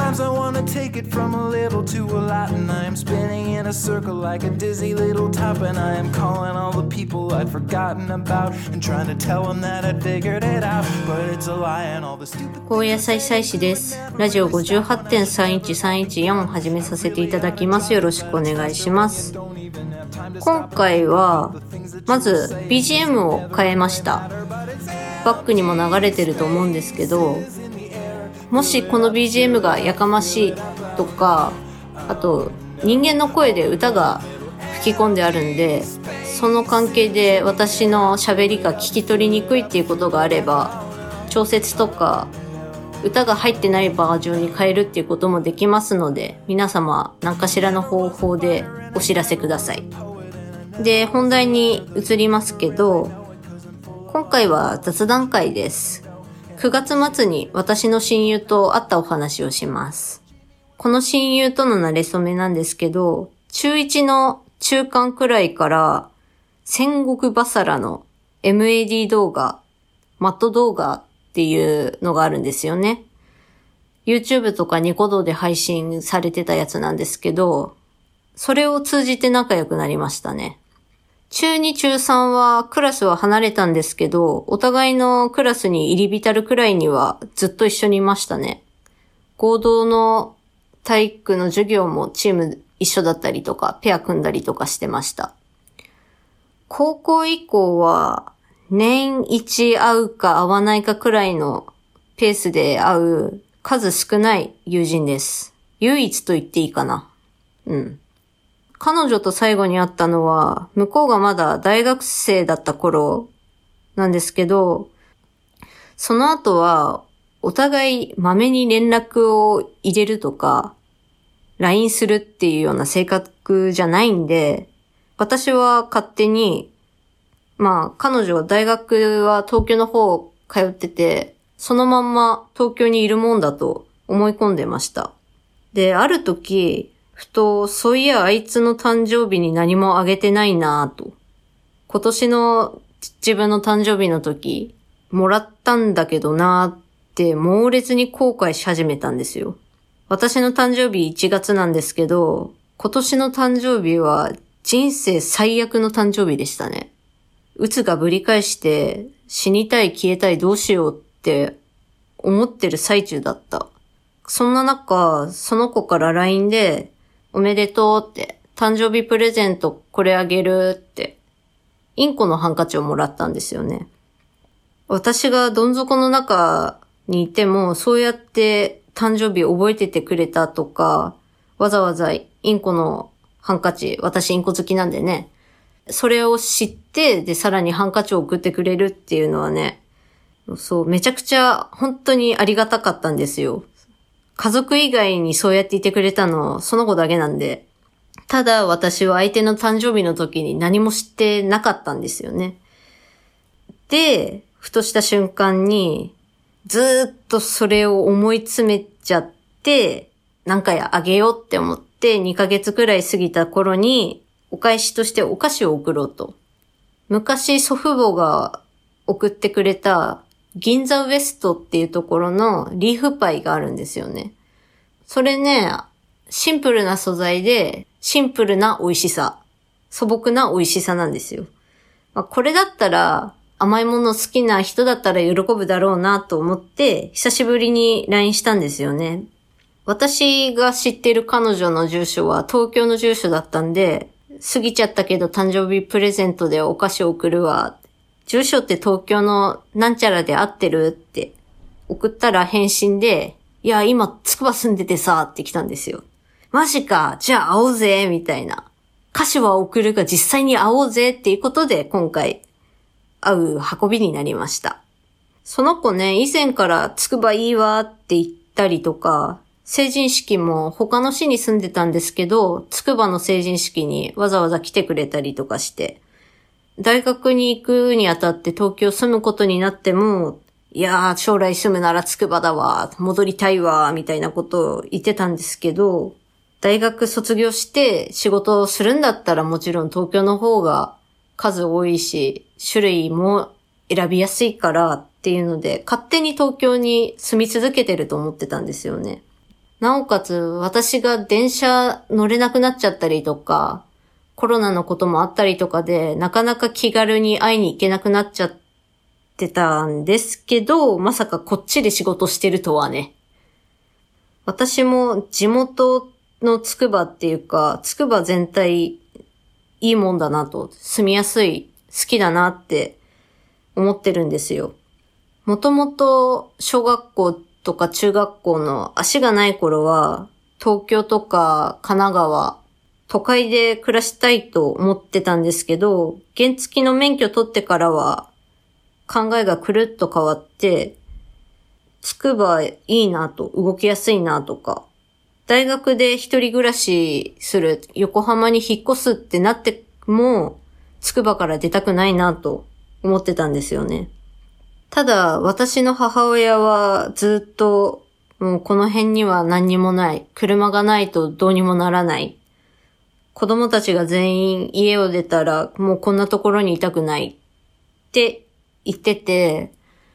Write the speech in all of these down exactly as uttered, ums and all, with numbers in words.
Sometimes I wanna take it from a little to a lot, and I am spinning in a circle like a dizzy little top, and I am calling all the people I'd forgotten about and trying to tell them that I'd figured it out, but it's a lie and all the stupid. 高野菜菜師です。ラジオ ごじゅうはちてんさんいちさんいちよん 始めさせていただきます。よろしくお願いします。今回はまず ビージーエム を変えました。バックにも流れてると思うんですけど、もしこの ビージーエム がやかましいとか、あと人間の声で歌が吹き込んであるんで、その関係で私の喋りが聞き取りにくいっていうことがあれば、調節とか歌が入ってないバージョンに変えるっていうこともできますので、皆様何かしらの方法でお知らせください。で、本題に移りますけど、今回は雑談会です。くがつ末に私の親友と会ったお話をします。この親友との馴れ初めなんですけど、中いちの中間くらいから戦国バサラの エムエーディー 動画、マット動画っていうのがあるんですよね。YouTube とかニコ動で配信されてたやつなんですけど、それを通じて仲良くなりましたね。中に中さんはクラスは離れたんですけど、お互いのクラスに入り浸るくらいにはずっと一緒にいましたね。合同の体育の授業もチーム一緒だったりとか、ペア組んだりとかしてました。高校以降は年一会うか会わないかくらいのペースで会う数少ない友人です。唯一と言っていいかな。うん。彼女と最後に会ったのは、向こうがまだ大学生だった頃なんですけど、その後はお互いまめに連絡を入れるとか、ライン するっていうような性格じゃないんで、私は勝手に、まあ彼女は大学は東京の方通ってて、そのまんま東京にいるもんだと思い込んでました。で、ある時、ふと、そういやあいつの誕生日に何もあげてないなぁと。今年の自分の誕生日の時、もらったんだけどなぁって猛烈に後悔し始めたんですよ。私の誕生日いちがつなんですけど、今年の誕生日は人生最悪の誕生日でしたね。鬱がぶり返して死にたい消えたいどうしようって思ってる最中だった。そんな中、その子から ライン で、おめでとうって、誕生日プレゼントこれあげるって、インコのハンカチをもらったんですよね。私がどん底の中にいても、そうやって誕生日覚えててくれたとか、わざわざインコのハンカチ、私インコ好きなんでね、それを知って、で、さらにハンカチを送ってくれるっていうのはね、そう、めちゃくちゃ本当にありがたかったんですよ。家族以外にそうやっていてくれたの、その子だけなんで。ただ私は相手の誕生日の時に何も知ってなかったんですよね。で、ふとした瞬間に、ずーっとそれを思い詰めちゃって、なんかやあげようって思ってにかげつくらい過ぎた頃に、お返しとしてお菓子を送ろうと。昔祖父母が送ってくれた、銀座ウエストっていうところのリーフパイがあるんですよね。それね、シンプルな素材で、シンプルな美味しさ、素朴な美味しさなんですよ。まあ、これだったら、甘いもの好きな人だったら喜ぶだろうなと思って、久しぶりに ライン したんですよね。私が知っている彼女の住所は東京の住所だったんで、過ぎちゃったけど誕生日プレゼントでお菓子を送るわ。住所って東京のなんちゃらで合ってるって送ったら返信で、いや今つくば住んでてさって来たんですよ。マジか、じゃあ会おうぜみたいな。歌詞は送るが実際に会おうぜっていうことで今回会う運びになりました。その子ね、以前からつくばいいわって言ったりとか、成人式も他の市に住んでたんですけど、つくばの成人式にわざわざ来てくれたりとかして、大学に行くにあたって東京住むことになっても、いやー将来住むならつくばだわ、戻りたいわ、みたいなことを言ってたんですけど、大学卒業して仕事をするんだったらもちろん東京の方が数多いし、種類も選びやすいからっていうので、勝手に東京に住み続けてると思ってたんですよね。 なおかつ私が電車乗れなくなっちゃったりとか、コロナのこともあったりとかで、なかなか気軽に会いに行けなくなっちゃってたんですけど、まさかこっちで仕事してるとはね。私も地元のつくばっていうか、つくば全体いいもんだなと、住みやすい、好きだなって思ってるんですよ。もともと小学校とか中学校の足がない頃は、東京とか神奈川、都会で暮らしたいと思ってたんですけど、原付の免許取ってからは考えがくるっと変わって、つくばいいなと、動きやすいなとか、大学で一人暮らしする、横浜に引っ越すってなっても、つくばから出たくないなと思ってたんですよね。ただ、私の母親はずっと、もうこの辺には何にもない。車がないとどうにもならない。子供たちが全員家を出たらもうこんなところにいたくないって言ってて、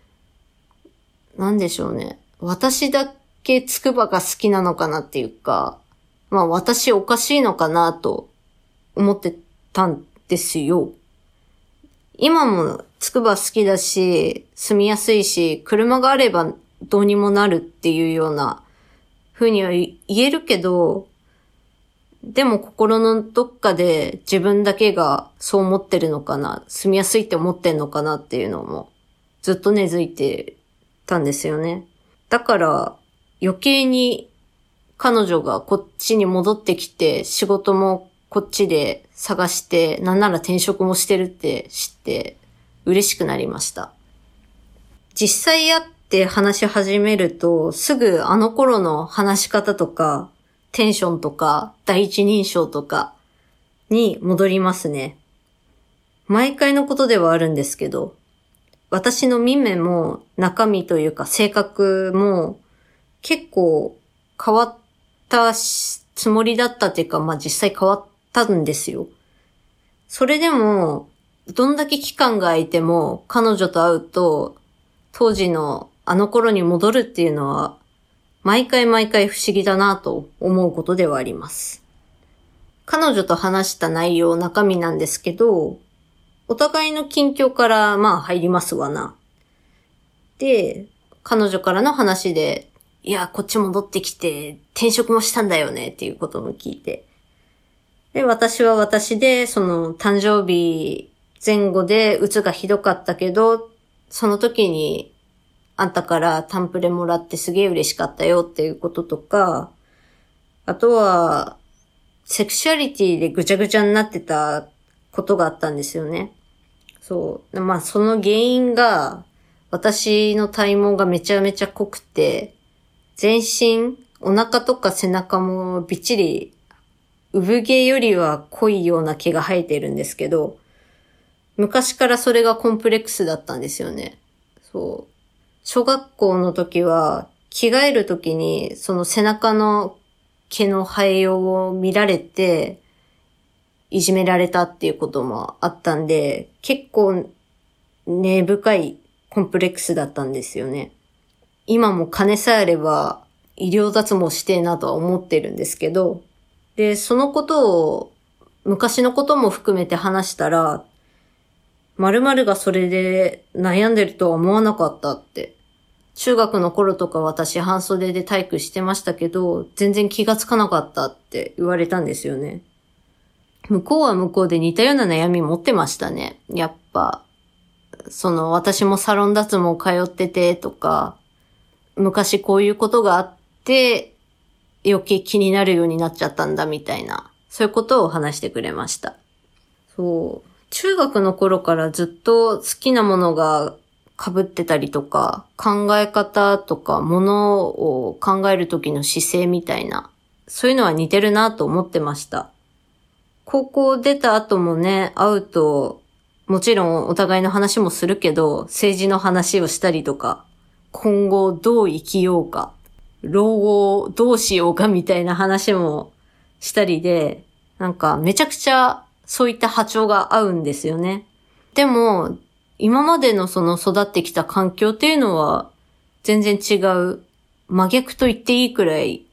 なんでしょうね。私だけつくばが好きなのかなっていうか、まあ私おかしいのかなと思ってたんですよ。今もつくば好きだし、住みやすいし、車があればどうにもなるっていうような風には言えるけど、でも心のどっかで自分だけがそう思ってるのかな、住みやすいって思ってんのかなっていうのもずっと根付いてたんですよね。だから余計に彼女がこっちに戻ってきて仕事もこっちで探して、なんなら転職もしてるって知って嬉しくなりました。実際会って話し始めるとすぐあの頃の話し方とかテンションとか第一人称とかに戻りますね。毎回のことではあるんですけど、私の見目も中身というか性格も結構変わったつもりだったっていうか、まあ実際変わったんですよ。それでも、どんだけ期間が空いても彼女と会うと、当時のあの頃に戻るっていうのは、毎回毎回不思議だなと思うことではあります。彼女と話した内容、中身なんですけど、お互いの近況からまあ入りますわな。で、彼女からの話で、いや、こっち戻ってきて転職もしたんだよねっていうことも聞いて。で、私は私で、その誕生日前後でうつがひどかったけど、その時にあんたからタンプレもらってすげえ嬉しかったよっていうこととか、あとは、セクシュアリティでぐちゃぐちゃになってたことがあったんですよね。そう。まあその原因が、私の体毛がめちゃめちゃ濃くて、全身、お腹とか背中もびっちり、産毛よりは濃いような毛が生えてるんですけど、昔からそれがコンプレックスだったんですよね。そう。小学校の時は、着替える時に、その背中の毛の生えようを見られて、いじめられたっていうこともあったんで、結構根深いコンプレックスだったんですよね。今も金さえあれば医療脱毛してえなとは思ってるんですけど、で、そのことを昔のことも含めて話したら、〇〇がそれで悩んでるとは思わなかったって。中学の頃とか私半袖で体育してましたけど、全然気がつかなかったって言われたんですよね。向こうは向こうで似たような悩み持ってましたね。やっぱ、その私もサロン脱毛通っててとか、昔こういうことがあって余計気になるようになっちゃったんだみたいな、そういうことを話してくれました。そう。中学の頃からずっと好きなものが被ってたりとか、考え方とかものを考える時の姿勢みたいな、そういうのは似てるなと思ってました。高校出た後もね、会うと、もちろんお互いの話もするけど、政治の話をしたりとか、今後どう生きようか、老後どうしようかみたいな話もしたりで、なんかめちゃくちゃそういった波長が合うんですよね。でも、今までのその育ってきた環境っていうのは全然違う。真逆と言っていいくらい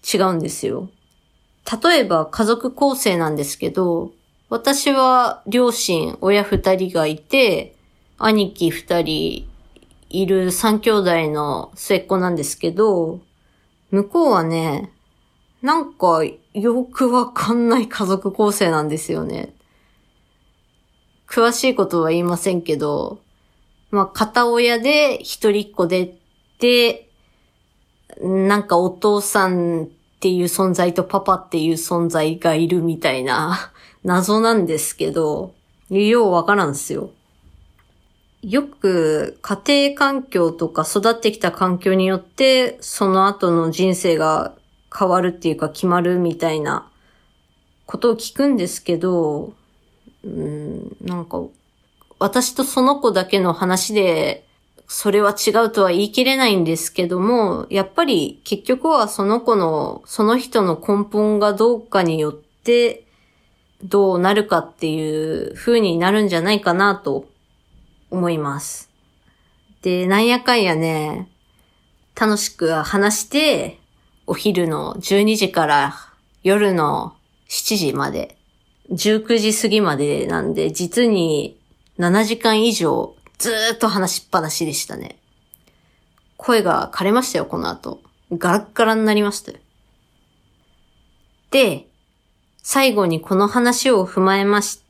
違うんですよ。例えば家族構成なんですけど、私は両親、親二人がいて、兄貴二人いる三兄弟の末っ子なんですけど、向こうはね、なんかよくわかんない家族構成なんですよね。詳しいことは言いませんけど、まあ片親で一人っ子で、で、なんかお父さんっていう存在とパパっていう存在がいるみたいな謎なんですけど、ようわからんですよ。よく家庭環境とか育ってきた環境によってその後の人生が変わるっていうか決まるみたいなことを聞くんですけど、うーん、なんか私とその子だけの話でそれは違うとは言い切れないんですけども、やっぱり結局はその子の、その人の根本がどうかによってどうなるかっていう風になるんじゃないかなと思います。で、なんやかんやね、楽しく話して、お昼のじゅうにじから夜のしちじまで、じゅうくじ過ぎまでなんで、実にななじかん以上、ずーっと話しっぱなしでしたね。声が枯れましたよ、この後。ガラッガラになりましたよ。で、最後にこの話を踏まえまして、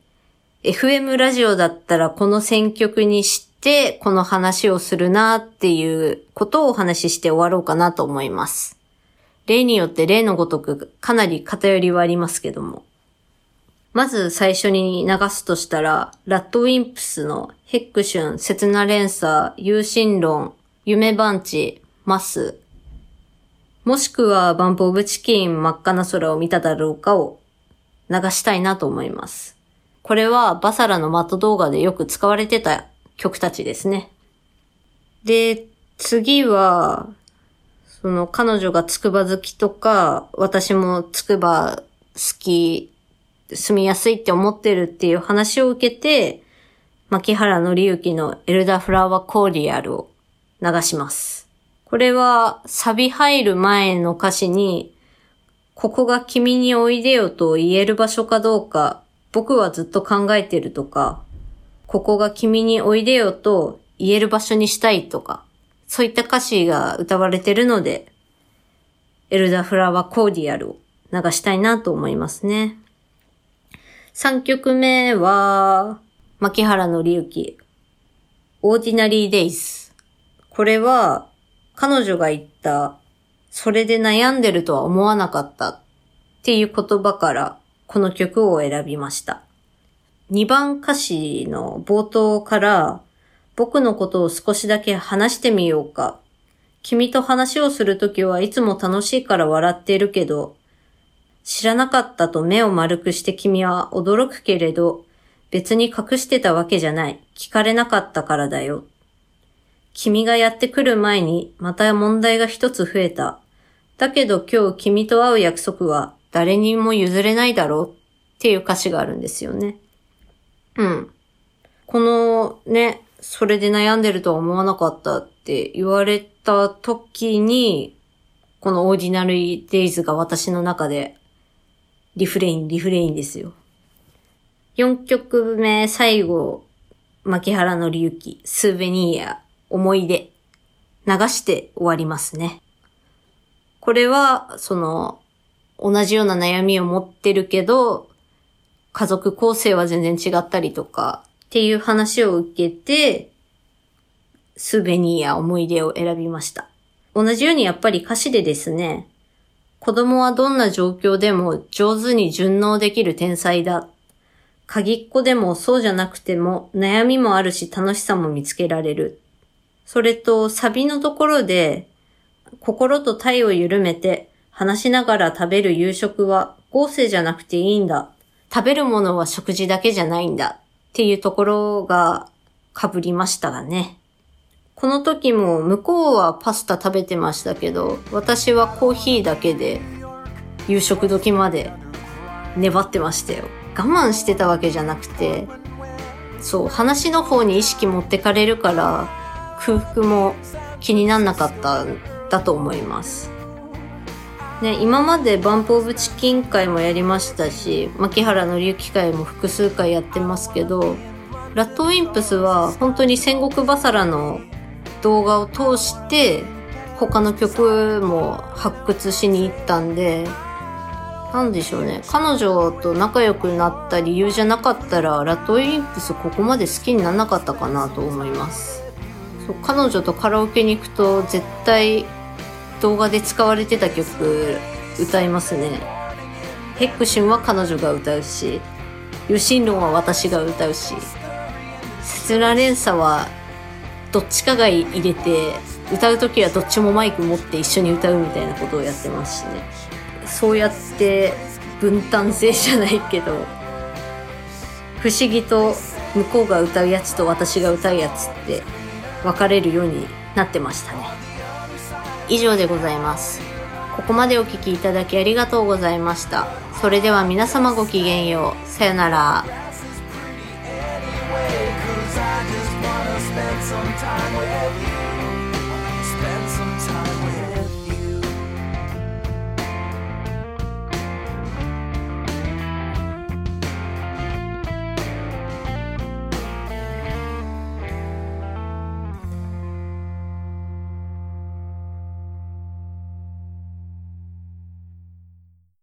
エフエム ラジオだったらこの選曲にしてこの話をするなっていうことをお話しして終わろうかなと思います。例によって例のごとくかなり偏りはありますけども。まず最初に流すとしたら、ラッドウィンプスのヘックシュン、刹那連鎖、有心論、夢番地、マス、もしくはバンプオブチキン、真っ赤な空を見ただろうかを流したいなと思います。これはバサラのマット動画でよく使われてた曲たちですね。で、次は、その彼女がつくば好きとか、私もつくば好き、住みやすいって思ってるっていう話を受けて、牧原紀之のエルダーフラワーコーディアルを流します。これはサビ入る前の歌詞に、ここが君においでよと言える場所かどうか、僕はずっと考えてるとか、ここが君においでよと言える場所にしたいとか、そういった歌詞が歌われてるので、エルダーフラワーコーディアルを流したいなと思いますね。さんきょくめは、牧原紀之、オーディナリーデイズ。これは、彼女が言った、それで悩んでるとは思わなかったっていう言葉から、この曲を選びました。にばん歌詞の冒頭から、僕のことを少しだけ話してみようか。君と話をするときはいつも楽しいから笑っているけど、知らなかったと目を丸くして君は驚くけれど、別に隠してたわけじゃない。聞かれなかったからだよ。君がやってくる前にまた問題が一つ増えた。だけど今日君と会う約束は誰にも譲れないだろうっていう歌詞があるんですよね。うん。このね、それで悩んでるとは思わなかったって言われた時に、このオーディナリーデイズが私の中でリフレイン、リフレインですよ。よんきょくめ最後、牧原紀之、スーベニア、思い出、流して終わりますね。これは、その、同じような悩みを持ってるけど、家族構成は全然違ったりとか、っていう話を受けて、スーベニア、思い出を選びました。同じようにやっぱり歌詞でですね、子供はどんな状況でも上手に順応できる天才だ。鍵っ子でもそうじゃなくても悩みもあるし楽しさも見つけられる。それとサビのところで心と体を緩めて話しながら食べる夕食は合成じゃなくていいんだ。食べるものは食事だけじゃないんだっていうところが被りましたがね。この時も向こうはパスタ食べてましたけど、私はコーヒーだけで夕食時まで粘ってましたよ。我慢してたわけじゃなくて、そう、話の方に意識持ってかれるから空腹も気になんなかったんだと思います。 ね、今までバンプオブチキン会もやりましたし、牧原紀之会も複数回やってますけど、ラッドウィンプスは本当に戦国バサラの動画を通して他の曲も発掘しに行ったんで、なんでしょうね、彼女と仲良くなった理由じゃなかったらラッドウィンプスここまで好きにならなかったかなと思います。そう、彼女とカラオケに行くと絶対動画で使われてた曲歌いますね。ヘックシュンは彼女が歌うし、ユシンロンは私が歌うし、セツラ連鎖はどっちかが入れて、歌うときはどっちもマイク持って一緒に歌うみたいなことをやってますしね。そうやって分担制じゃないけど、不思議と向こうが歌うやつと私が歌うやつって分かれるようになってましたね。以上でございます。ここまでお聞きいただきありがとうございました。それでは皆様ごきげんよう。さよなら。 Some time with you.